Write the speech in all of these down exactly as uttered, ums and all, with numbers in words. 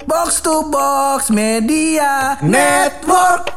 Box to Box Media Network.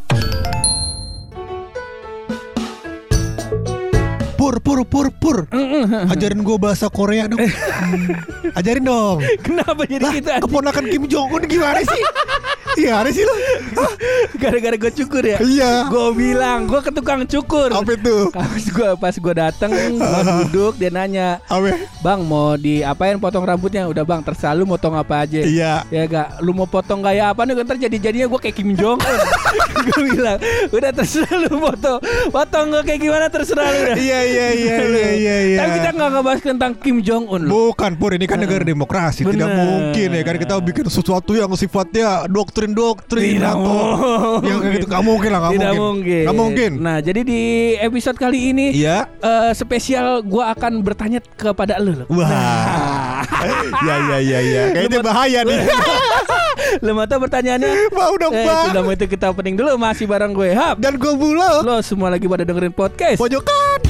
Pur, pur, pur, pur. Ajarin gue bahasa Korea dong. Ajarin dong. Kenapa jadi lah, kita keponakan Kim Jong Un gimana sih? Gimana sih lo? Gara-gara gue cukur ya? Iya. Gue bilang gue ke tukang cukur. Apa itu? Pas gue pas gue dateng, gue duduk, dia nanya, Apa? Bang mau diapain potong rambutnya? Udah bang, terserah lu motong apa aja. Iya. Ya gak, lu mau potong gaya apa nih? Ntar jadi-jadinya gue kayak Kim Jong Un. Gue bilang, udah terserah lu potong. Potong gue kayak gimana terserah lu dah. Iya, iya, iya, iya, iya, iya. Tapi kita gak ngebahas tentang Kim Jong Un loh. Bukan, Pur, ini kan negara demokrasi. Bener. Tidak mungkin ya kan kita bikin sesuatu yang sifatnya doktrin-doktrin Tidak atau yang kayak gitu. Gak mungkin lah, gak Tidak mungkin. mungkin. Gak mungkin. Nah, jadi di episode kali ini Iya. eh, spesial gue akan bertanya kepada lu loh. Wah. Ya, ya, ya, ya. Kayaknya bahaya nih. Lu mau tahu pertanyaannya? Mau dong, Eh, Bang. sudah mau itu kita opening dulu. Masih bareng gue Hap. Dan gue Bulo. Lo semua lagi pada dengerin podcast Pojokan.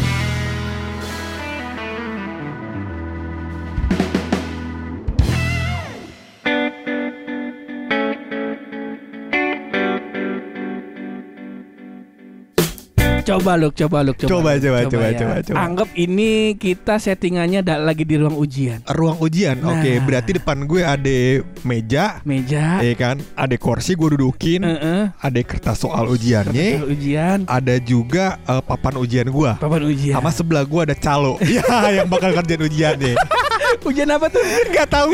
Coba lu, coba lu, Coba, coba. coba, coba, ya. coba, coba. Anggap ini kita settingannya da- lagi di ruang ujian. Ruang ujian. Oke, Nah. berarti depan gue ada meja, Meja. ya kan? Ada kursi gue dudukin, Heeh. ada kertas soal ujiannya, Kertas ujian. ada juga eh, papan ujian gue. Papan ujian. Sama sebelah gue ada calo. Ya, yang bakal kerjain ujiannya. Ujian apa tuh? Gak tahu.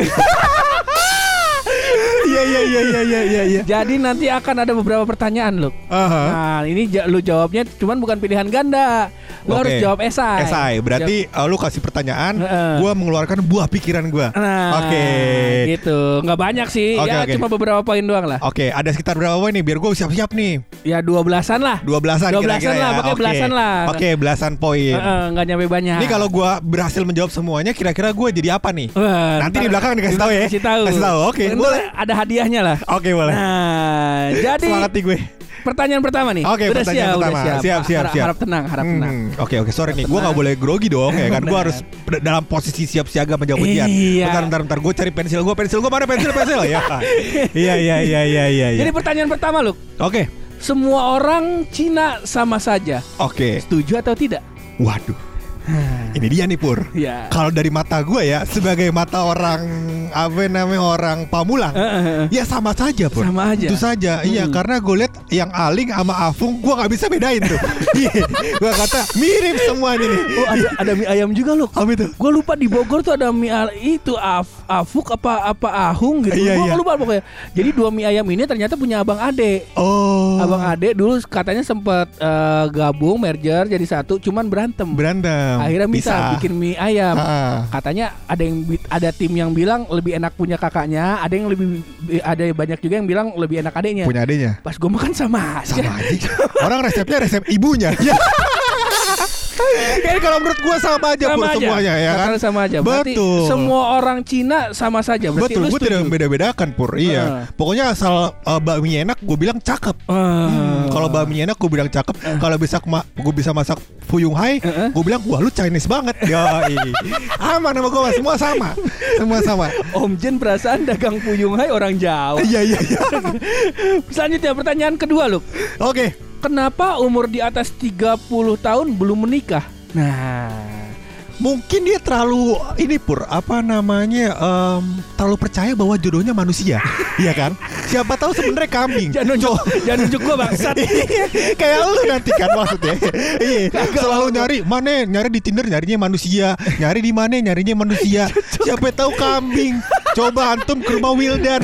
Iya, iya, iya, iya, iya, iya, iya. Jadi nanti akan ada beberapa pertanyaan loh. Aha. Nah ini ja- lu jawabnya cuman bukan pilihan ganda. Lu Oke. harus jawab esai. Esai, berarti uh, lu kasih pertanyaan, Heeh. gue mengeluarkan buah pikiran gue. Nah, Oke. gitu. Nggak banyak sih. Oke, ya oke. cuma beberapa poin doang lah. Oke, ada sekitar berapa poin nih? Biar gue siap-siap nih. Ya dua belasan lah. Dua belasan Dua kira-kira belasan lah, ya. pakai Oke. belasan lah. Oke, belasan poin. Heeh, nggak nyampe banyak. Ini kalau gue berhasil menjawab semuanya, kira-kira gue jadi apa nih? Wah, Nanti ntar- di belakang dikasih tahu ya. Kasih tahu. Kasih tahu. Oke, Ntar boleh. Ada hadiahnya lah. Oke, boleh. Nah, jadi Semangat nih gue. pertanyaan pertama nih. Oke, udah pertanyaan siap, pertama. Udah siap. Siap, siap, harap, siap. harap tenang, harap tenang. Hmm, Oke, oke. Sorry nih, gue Tenang. gak boleh grogi dong ya kan. Gue Benar. harus ber- dalam posisi siap siaga menjawab ujian. Iya. Bentar, bentar, bentar. Gue cari pensil gue. Pensil gue mana? Pensil, pensil. Ya. Iya, iya, iya, iya, iya. Jadi pertanyaan pertama Luk, Oke, semua orang Cina sama saja. oke. Setuju atau tidak? Waduh. Ini dia nih, Pur. Ya. Kalau dari mata gue ya, sebagai mata orang apa namanya orang Pamulang, ya sama saja, Pur. Sama aja. Itu saja. Iya, Hmm. karena gue lihat yang Aling sama Afung, gue nggak bisa bedain tuh. Iya, gue kata mirip semua ini nih. Oh ada ada mie ayam juga Luk. Apa itu? Gue lupa di Bogor tuh ada mie al- itu af, afuk apa apa ahung gitu. Iya, Gue iya. lupa pokoknya. Jadi dua mie ayam ini ternyata punya abang ade. Oh, Abang ade dulu katanya sempat eh, gabung merger jadi satu, cuman berantem. berantem. Akhirnya bisa Pisah. bikin mie ayam. Ah. Katanya ada yang bi- ada tim yang bilang lebih enak punya kakaknya, ada yang lebih ada banyak juga yang bilang lebih enak adeknya. Punya adanya. Pas gue makan sama aja. Sama aja. Orang resepnya resep ibunya. Ya. Kayaknya kalau menurut gue sama aja, Pur, Sama aja. semuanya ya kan. Katakan sama aja. Berarti Betul. semua orang Cina sama saja. Berarti Betul, lu gue tidak setuju? membeda-bedakan, Pur. Iya. Heeh. Pokoknya asal uh, bakminya enak, gue bilang cakep. Ah. Hmm, kalau bakminya enak, gue bilang cakep. Kalau bisa gue bisa masak fuyung hai, Heeh. gue bilang wah lu Chinese banget. Yoi. Aman sama gue, semua sama, semua sama. Om Jen perasaan dagang puyung hai orang Jawa. Iya, iya, iya. Selanjutnya pertanyaan kedua Luk. Oke. Kenapa umur di atas tiga puluh tahun belum menikah? Nah, Mungkin dia terlalu ini, Pur, apa namanya, em, terlalu percaya bahwa jodohnya manusia. Iya kan? Siapa tahu sebenarnya kambing. jangan nunjuk, jangan nunjuk gua bangsat. Kayak lu nanti kan maksudnya. Iya. Selalu nyari mana, nyari di Tinder nyarinya manusia, nyari di mana nyarinya manusia. Siapa tahu kambing. Coba antum ke rumah Wildan.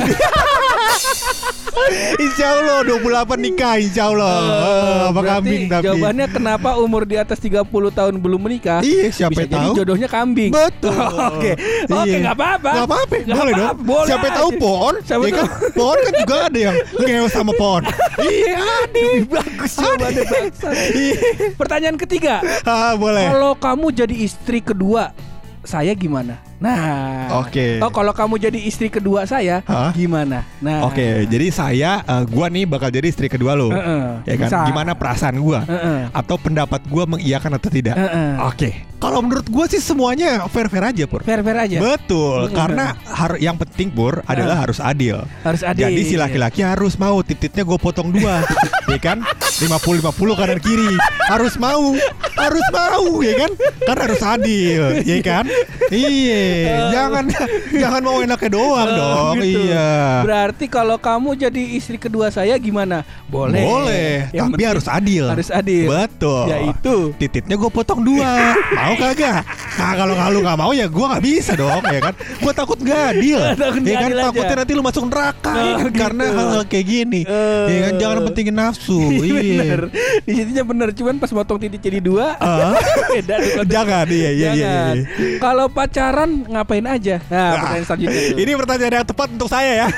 Insya Allah dua puluh delapan nikah, Insya Allah. Eh, apa Berarti kambing tapi. jawabannya kenapa umur di atas tiga puluh tahun belum menikah? Iya, siapa Bisa jadi tahu. jodohnya kambing. Betul. Oke, oke, Iya. nggak apa-apa. Nggak apa-apa, Nggak boleh dong. apa-apa, boleh Siapa aja. tahu pohon, Siapa ya kan? tahu. Pohon kan juga ada yang ngewe sama pohon. Iya, ada. Bagus jawabannya bangsat. Pertanyaan ketiga. Ah, boleh. Kalau kamu jadi istri kedua, saya gimana? Nah, Oke. Oh, kalau kamu jadi istri kedua saya, Hah? gimana? Nah, Oke, jadi saya uh, gua nih bakal jadi istri kedua lo. Uh-uh. Ya kan? Bisa. Gimana perasaan gua? Uh-uh. Atau pendapat gua mengiyakan atau tidak? Uh-uh. Oke. Kalau menurut gua sih semuanya fair-fair aja, Pur. fair-fair aja. Betul, Mm-mm. karena har- yang penting Pur adalah Uh. harus adil. Harus adil. Jadi si laki-laki harus mau tititnya gue potong dua, ya kan? lima puluh lima puluh kanan kiri. Harus mau, harus mau, ya kan? Kan harus adil, ya kan? Iya, jangan jangan mau enaknya doang Oh, dong. gitu. Iya. Berarti kalau kamu jadi istri kedua saya gimana? Boleh. Boleh, Yang tapi penting harus adil. Harus adil. Betul. Yaitu Tititnya gue potong dua. Mau kagak? Nah kalau kalau nggak mau ya gue nggak bisa dong, ya kan? Gue takut nggak adil, Takut nggak ya kan? adil aja. Takutnya nanti lu masuk neraka, Oh, ya kan? gitu. Karena hal-hal kayak gini, Eh. ya kan? Jangan pentingin nafsu. bener. Iya. Di situnya bener, cuman pas motong titik jadi dua Ah. beda tuh konteks. Jangan, iya iya iya. Jangan. iya. Kalau pacaran ngapain aja? Nah, Nah, pertanyaan selanjutnya tuh. ini pertanyaan yang tepat untuk saya ya.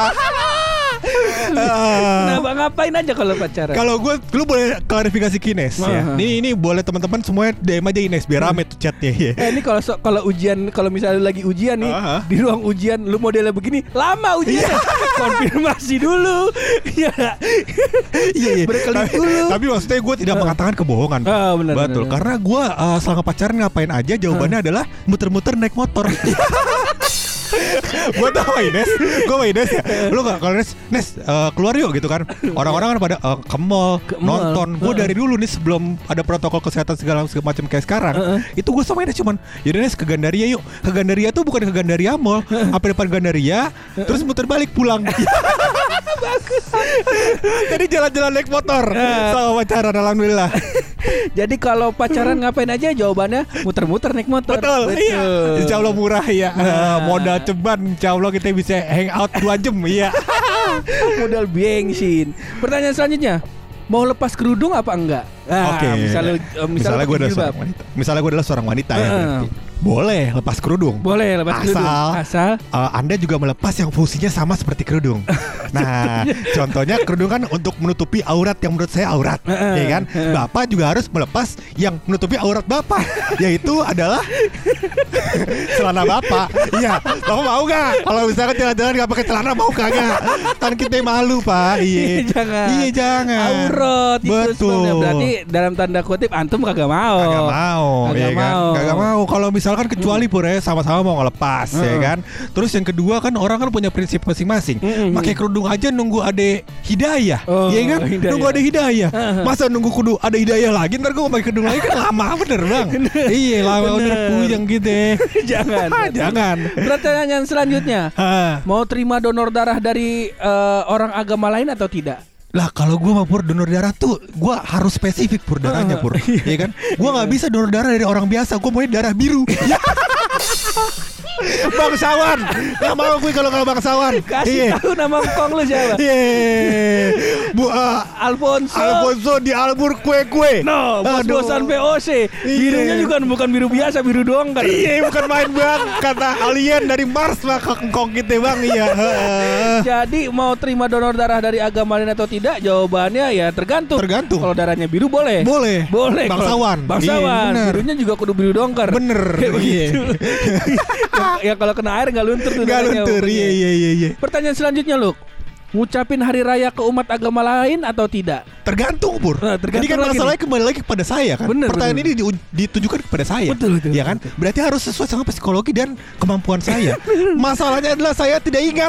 Nah, Bang, ngapain aja kalau pacaran? Kalau gue, lu boleh klarifikasi ke Ines ya. Uh-huh. Ini ini boleh teman-teman semuanya D M aja Ines biar rame tuh chatnya. Ya. Eh, ini kalau so- kalau ujian, kalau misalnya lu lagi ujian nih, Uh-huh. di ruang ujian lu modelnya begini, lama ujian. Konfirmasi dulu. Iya. Iya iya. Berkelit Tapi, dulu. tapi maksudnya gue tidak mengatakan kebohongan. Ah, benar, Betul. benar. Karena gue uh, selama pacaran ngapain aja jawabannya adalah muter-muter naik motor. Gue tau sama Ines, gue sama Ines ya. Lu gak kalau Ines, Nes uh, keluar yuk gitu kan. Orang-orang kan pada uh, ke mall, Ke mall. nonton. Gue Uh-uh. dari dulu nih sebelum ada protokol kesehatan segala macam kayak sekarang. Uh-uh. Itu gue sama Ines cuman, yaudah Nes ke Gandaria yuk. Ke Gandaria tuh bukan ke Gandaria Mall, apa depan Gandaria, terus muter balik pulang. Jadi jalan-jalan naik motor sama pacaran, alhamdulillah. Jadi kalau pacaran ngapain aja jawabannya muter-muter naik motor. Betul, iya. Insya Allah murah ya. Nah. Modal ceban, insya Allah kita bisa hang out dua jam, iya. Modal bensin. Pertanyaan selanjutnya, mau lepas kerudung apa enggak? Nah, Oke. misalnya eh, Misalnya, misalnya gue adalah jilbab. seorang wanita. Misalnya gue adalah seorang wanita ya. Heeh. berarti. Boleh lepas kerudung. Boleh lepas kerudung. Asal Asal uh, Anda juga melepas yang fungsinya sama seperti kerudung. Nah, contohnya kerudung kan untuk menutupi aurat yang menurut saya aurat, Heeh. ya kan? Bapak juga harus melepas yang menutupi aurat Bapak, yaitu adalah celana Bapak. Iya, Bapak mau gak? Kalau misalkan jalan-jalan gak pakai celana mau kagak? Kan kita malu Pak. Iya, jangan. Iya jangan. Aurat itu Betul. sebenarnya. Berarti dalam tanda kutip antum kagak mau. Kagak mau, Kagak ya kan? mau. Kagak mau. Kalau misalkan kecuali pur ya sama-sama mau ngelepas, ya Mm. kan. Terus yang kedua kan orang kan punya prinsip masing-masing. Mm-mm. Pakai kerudung aja nunggu ada hidayah, Oh, ya kan? hidayah. Nunggu ada hidayah. Uh-huh. Masa nunggu kudu ada hidayah lagi? Ntar gue pakai kerudung lagi kan lama bener bang. Iya lama Bener. bener puyeng gitu. ya. Jangan. Jangan. Pertanyaan selanjutnya, Ah. mau terima donor darah dari eh, orang agama lain atau tidak? Lah kalau gue mau pur donor darah tuh gue harus spesifik pur darahnya pur, ya kan? Gue nggak bisa donor darah dari orang biasa, gue maunya darah biru. Bangsawan, nggak mau gue kalau nggak bangsawan. Kasih Iya. tahu nama engkong lu siapa? Iya. Bu uh, Alfonso. Alfonso di Albur kue kue. No, bos-bosan P O C. Birunya Iya. juga bukan biru biasa, biru doang kan. Iya bukan main bang, kata alien dari Mars lah kengkong kita bang. Iya. Jadi mau terima donor darah dari agama lain atau tidak? Jawabannya ya tergantung. Tergantung. Kalau darahnya biru boleh. Boleh. Boleh. Bangsawan. Kalau- Bangsawan. Iya, bener. Birunya juga kudu biru dongker. Bener. Kayak Iya. begitu. ya, ya kalau kena air nggak luntur tuh. Gak darahnya luntur. pokoknya. Iya iya iya. iya. Pertanyaan selanjutnya, Luk. Ngucapin hari raya ke umat agama lain atau tidak? Tergantung pur. Nah, tergantung Jadi kan lagi masalahnya kembali lagi kepada saya kan. Bener, Pertanyaan bener. ini di- ditujukan kepada saya. Betul, betul, Ya kan? Berarti harus sesuai sama psikologi dan kemampuan saya. Masalahnya adalah saya tidak ingat.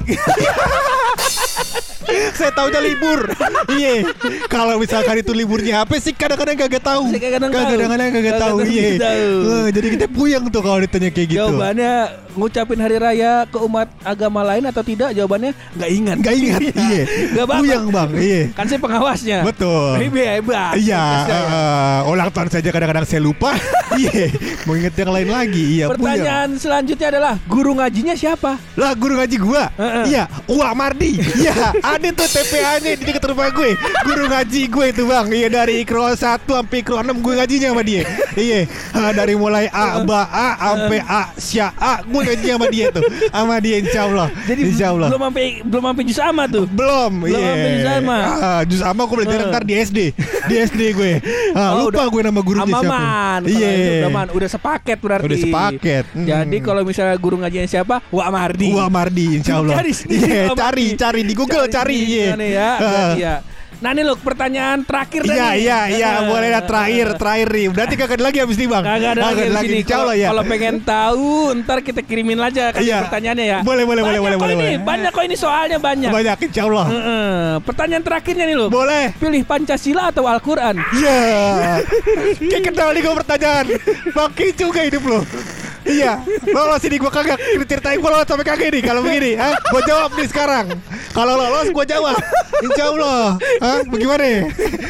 Saya tahunya libur. Iya. Kalau misalkan itu liburnya apa sih kadang-kadang kagak tahu. Saya kadang tahu. Kadang-kadang kagak tahu. Kadang-kadang Iya. tahu. Eh, Jadi kita puyeng tuh kalau ditanya kayak gitu. Jawabannya ngucapin hari raya ke umat agama lain atau tidak? Jawabannya nggak ingat. Gak ingat. Iya. Nggak apa-apa. Puyeng bang. Iya. Kan saya pengawasnya. Betul. Ini hebat. Iya, Saya. uh, ulang tahun saja kadang-kadang saya lupa. Iya, mau inget yang lain lagi. Iya, puyeng. Pertanyaan selanjutnya adalah guru ngajinya siapa? Lah guru ngaji gua. Heeh. Iya, Uwa Mardi. Iya, ada tuh T P A-nya di dekat rumah gue. Guru ngaji gue itu, Bang. Iya, dari Ikro satu sampai Ikro enam gue ngajinya sama dia. Iya, ah, dari mulai A ba A sampai A sya A gue ngaji sama dia tuh. Sama dia insya Allah. Jadi insya Allah. belum sampai belum sampai juz amma tuh. Belum. Belum sampai juz amma. Ah, juz amma gue belajar Uh. ntar di S D. Di S D gue. Ah, Oh, lupa udah- gue nama gurunya siapa. Amaman. Iya. Udah man, udah sepaket berarti. Udah sepaket. Hmm. Jadi kalau misalnya guru ngajian siapa? Wak Mardi. Wah Mardi insya Allah. Cari sendiri, Iya, Wak cari, Mardi. cari di Google cari. sendiri Iya. sana ya. Berarti ya. Nah nih loh pertanyaan terakhir dah Iya nih. iya iya Eh, boleh dah terakhir terakhir nih. Berarti kagak ada lagi habis nih bang. Kagak ada lagi di sini. insya Allah Kalau ya. kalau pengen tahu, ntar kita kirimin aja kasih Iya. pertanyaannya ya. Boleh boleh boleh Banyak boleh kok boleh. ini, boleh. banyak kok ini soalnya banyak. Banyak insya Allah. Heeh. Pertanyaan terakhirnya nih loh. Boleh. Pilih Pancasila atau Al-Quran? Iya. Kayak kenal nih gue pertanyaan. Makin juga hidup lo. Iya, lolos ini gue kagak ceritain gue lolos sampai kagak nih kalau begini, ah, gue jawab nih sekarang. Kalau lolos gue jawab, insya Allah. Ah, bagaimana?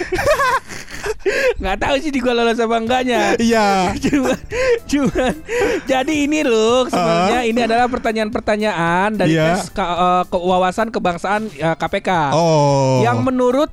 Nggak tahu sih di gua lolos apa enggaknya. Iya. Cuman, cuman jadi ini loh sebenarnya ini adalah pertanyaan-pertanyaan dari Iya. tes ke, eh, kewawasan kebangsaan eh, K P K. Oh. Yang menurut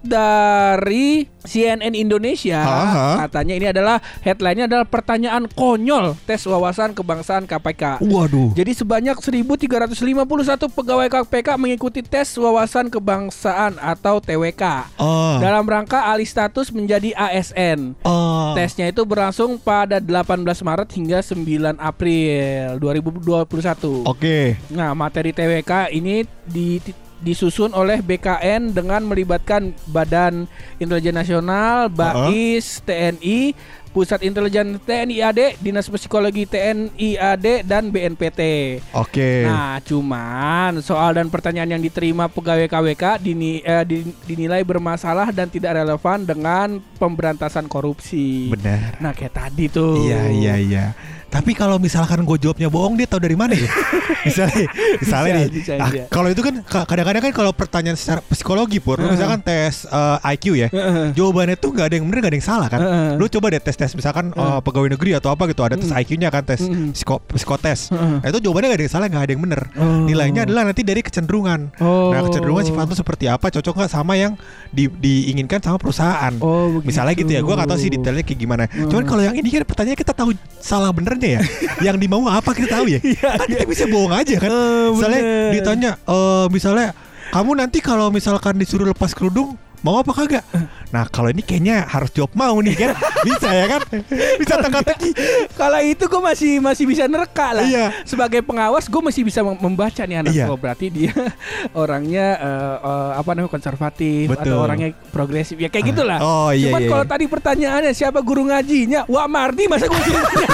dari C N N Indonesia Aha. katanya ini adalah headline-nya adalah pertanyaan konyol tes wawasan kebangsaan K P K. Waduh. Jadi sebanyak seribu tiga ratus lima puluh satu pegawai K P K mengikuti tes wawasan kebangsaan atau T W K Oh. dalam rangka alih status menjadi A S N. Oh. Tesnya itu berlangsung pada delapan belas Maret hingga sembilan April dua ribu dua puluh satu. Oke. Nah, materi T W K ini di, disusun oleh B K N dengan melibatkan Badan Intelijen Nasional, BAIS, T N I, Pusat Intelijen T N I A D, Dinas Psikologi T N I A D, dan B N P T. Oke. Nah, cuman soal dan pertanyaan yang diterima pegawai K W K dini, eh, din- dinilai bermasalah dan tidak relevan dengan pemberantasan korupsi. Benar. Nah, kayak tadi tuh. Iya iya iya. Tapi kalau misalkan gue jawabnya bohong, dia tahu dari mana ya? misalnya, misalnya Bisa, nih. bisa, ah, bisa. kalau itu kan ka- kadang-kadang kan kalau pertanyaan secara psikologi pur, lu misalkan tes uh, I Q ya, Heeh. jawabannya tuh nggak ada yang benar nggak ada yang salah kan? Heeh. Lu coba deh tes tes misalkan uh, pegawai negeri atau apa gitu ada tes I Q-nya kan tes Mm. psiko psikotes. Heeh. Nah, itu jawabannya nggak ada yang salah nggak ada yang benar. Oh. Nilainya adalah nanti dari kecenderungan. Oh. Nah kecenderungan sifat lu seperti apa, cocok nggak sama yang di, diinginkan sama perusahaan. Oh, begitu. Misalnya gitu ya, gue nggak tahu sih detailnya kayak gimana. Cuman kalau yang ini kan pertanyaan kita tahu salah benernya ya. Yang dimau apa kita tahu ya. Kan kita bisa bohong aja kan. Oh, Misalnya bener. ditanya, eh misalnya kamu nanti kalau misalkan disuruh lepas kerudung mau apa kagak? Nah kalau ini kayaknya harus jawab mau nih kan. Bisa ya kan. Bisa teka-teki. Kalau itu gue masih masih bisa nerka lah. Iya. Sebagai pengawas gue masih bisa mem- membaca nih anak Iya. gue. Berarti dia orangnya eh, eh, apa namanya konservatif Betul. atau orangnya progresif ya kayak gitulah. Oh, iya, Cuman iya, kalau iya. tadi pertanyaannya siapa guru ngajinya? Wak Mardi masa gue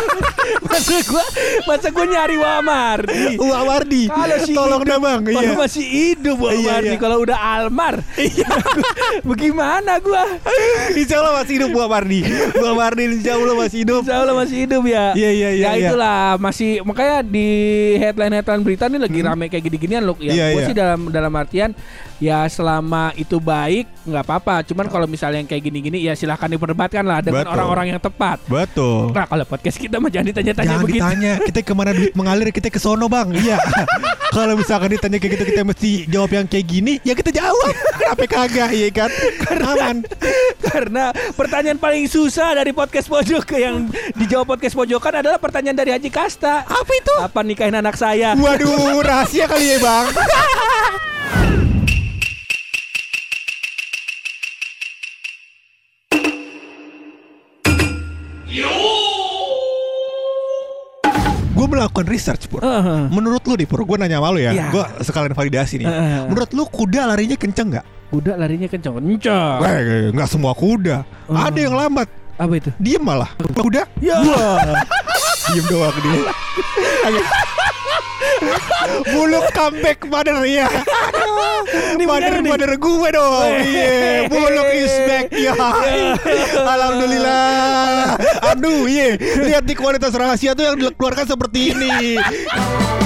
masa gue masa gue nyari Wak Mardi. Wah Wardi. Kalau si Tolong hidup, dah bang. kalau Iya. masih hidup Wak Iya, Mardi. iya. Kalau udah almar, iya. Bagaimana gue? Insya Allah masih hidup Wah Wardi. Wah Wardi insya Allah masih hidup. Insya Allah masih hidup ya. Iya, iya, iya, Ya iya. itulah masih makanya di headline-headline berita nih lagi rame kayak gini-ginian loh. Ya Iya, gue iya. sih dalam dalam artian ya selama itu baik nggak apa-apa. Cuman kalau misalnya yang kayak gini-gini ya silahkan diperdebatkan lah dengan Betul. orang-orang yang tepat. Betul. Nah kalau podcast kita mah jangan ditanya-tanya Jangan begitu. ditanya kita kemana duit mengalir, kita ke sono bang. Iya. Kalau misalkan ditanya kayak gitu kita mesti jawab yang kayak gini, ya kita jawab. Kenapa kagak, iya kan? Aman. Karena pertanyaan paling susah dari podcast pojok yang dijawab podcast pojokan adalah pertanyaan dari Haji Kasta. Apa itu? Apa nikahin anak saya? Waduh, rahasia kali ya bang. Gue melakukan research pur. Uh-huh. Menurut lu nih pur, gue nanya sama lu ya. Iya. Gue sekalian validasi nih. Uh-huh. Menurut lu kuda larinya kenceng nggak? Kuda larinya kencang kencang. Eh, nggak semua kuda. Oh. Ada yang lambat. Apa itu? Diem malah. Kuda? Ya. Wah. Diem doang dia. Buluk comeback mother ya. Ini Mother bener nih. mother gue dong. Iya, Buluk is back ya. Alhamdulillah. Aduh, iya. Lihat di kualitas rahasia tuh yang dikeluarkan seperti ini.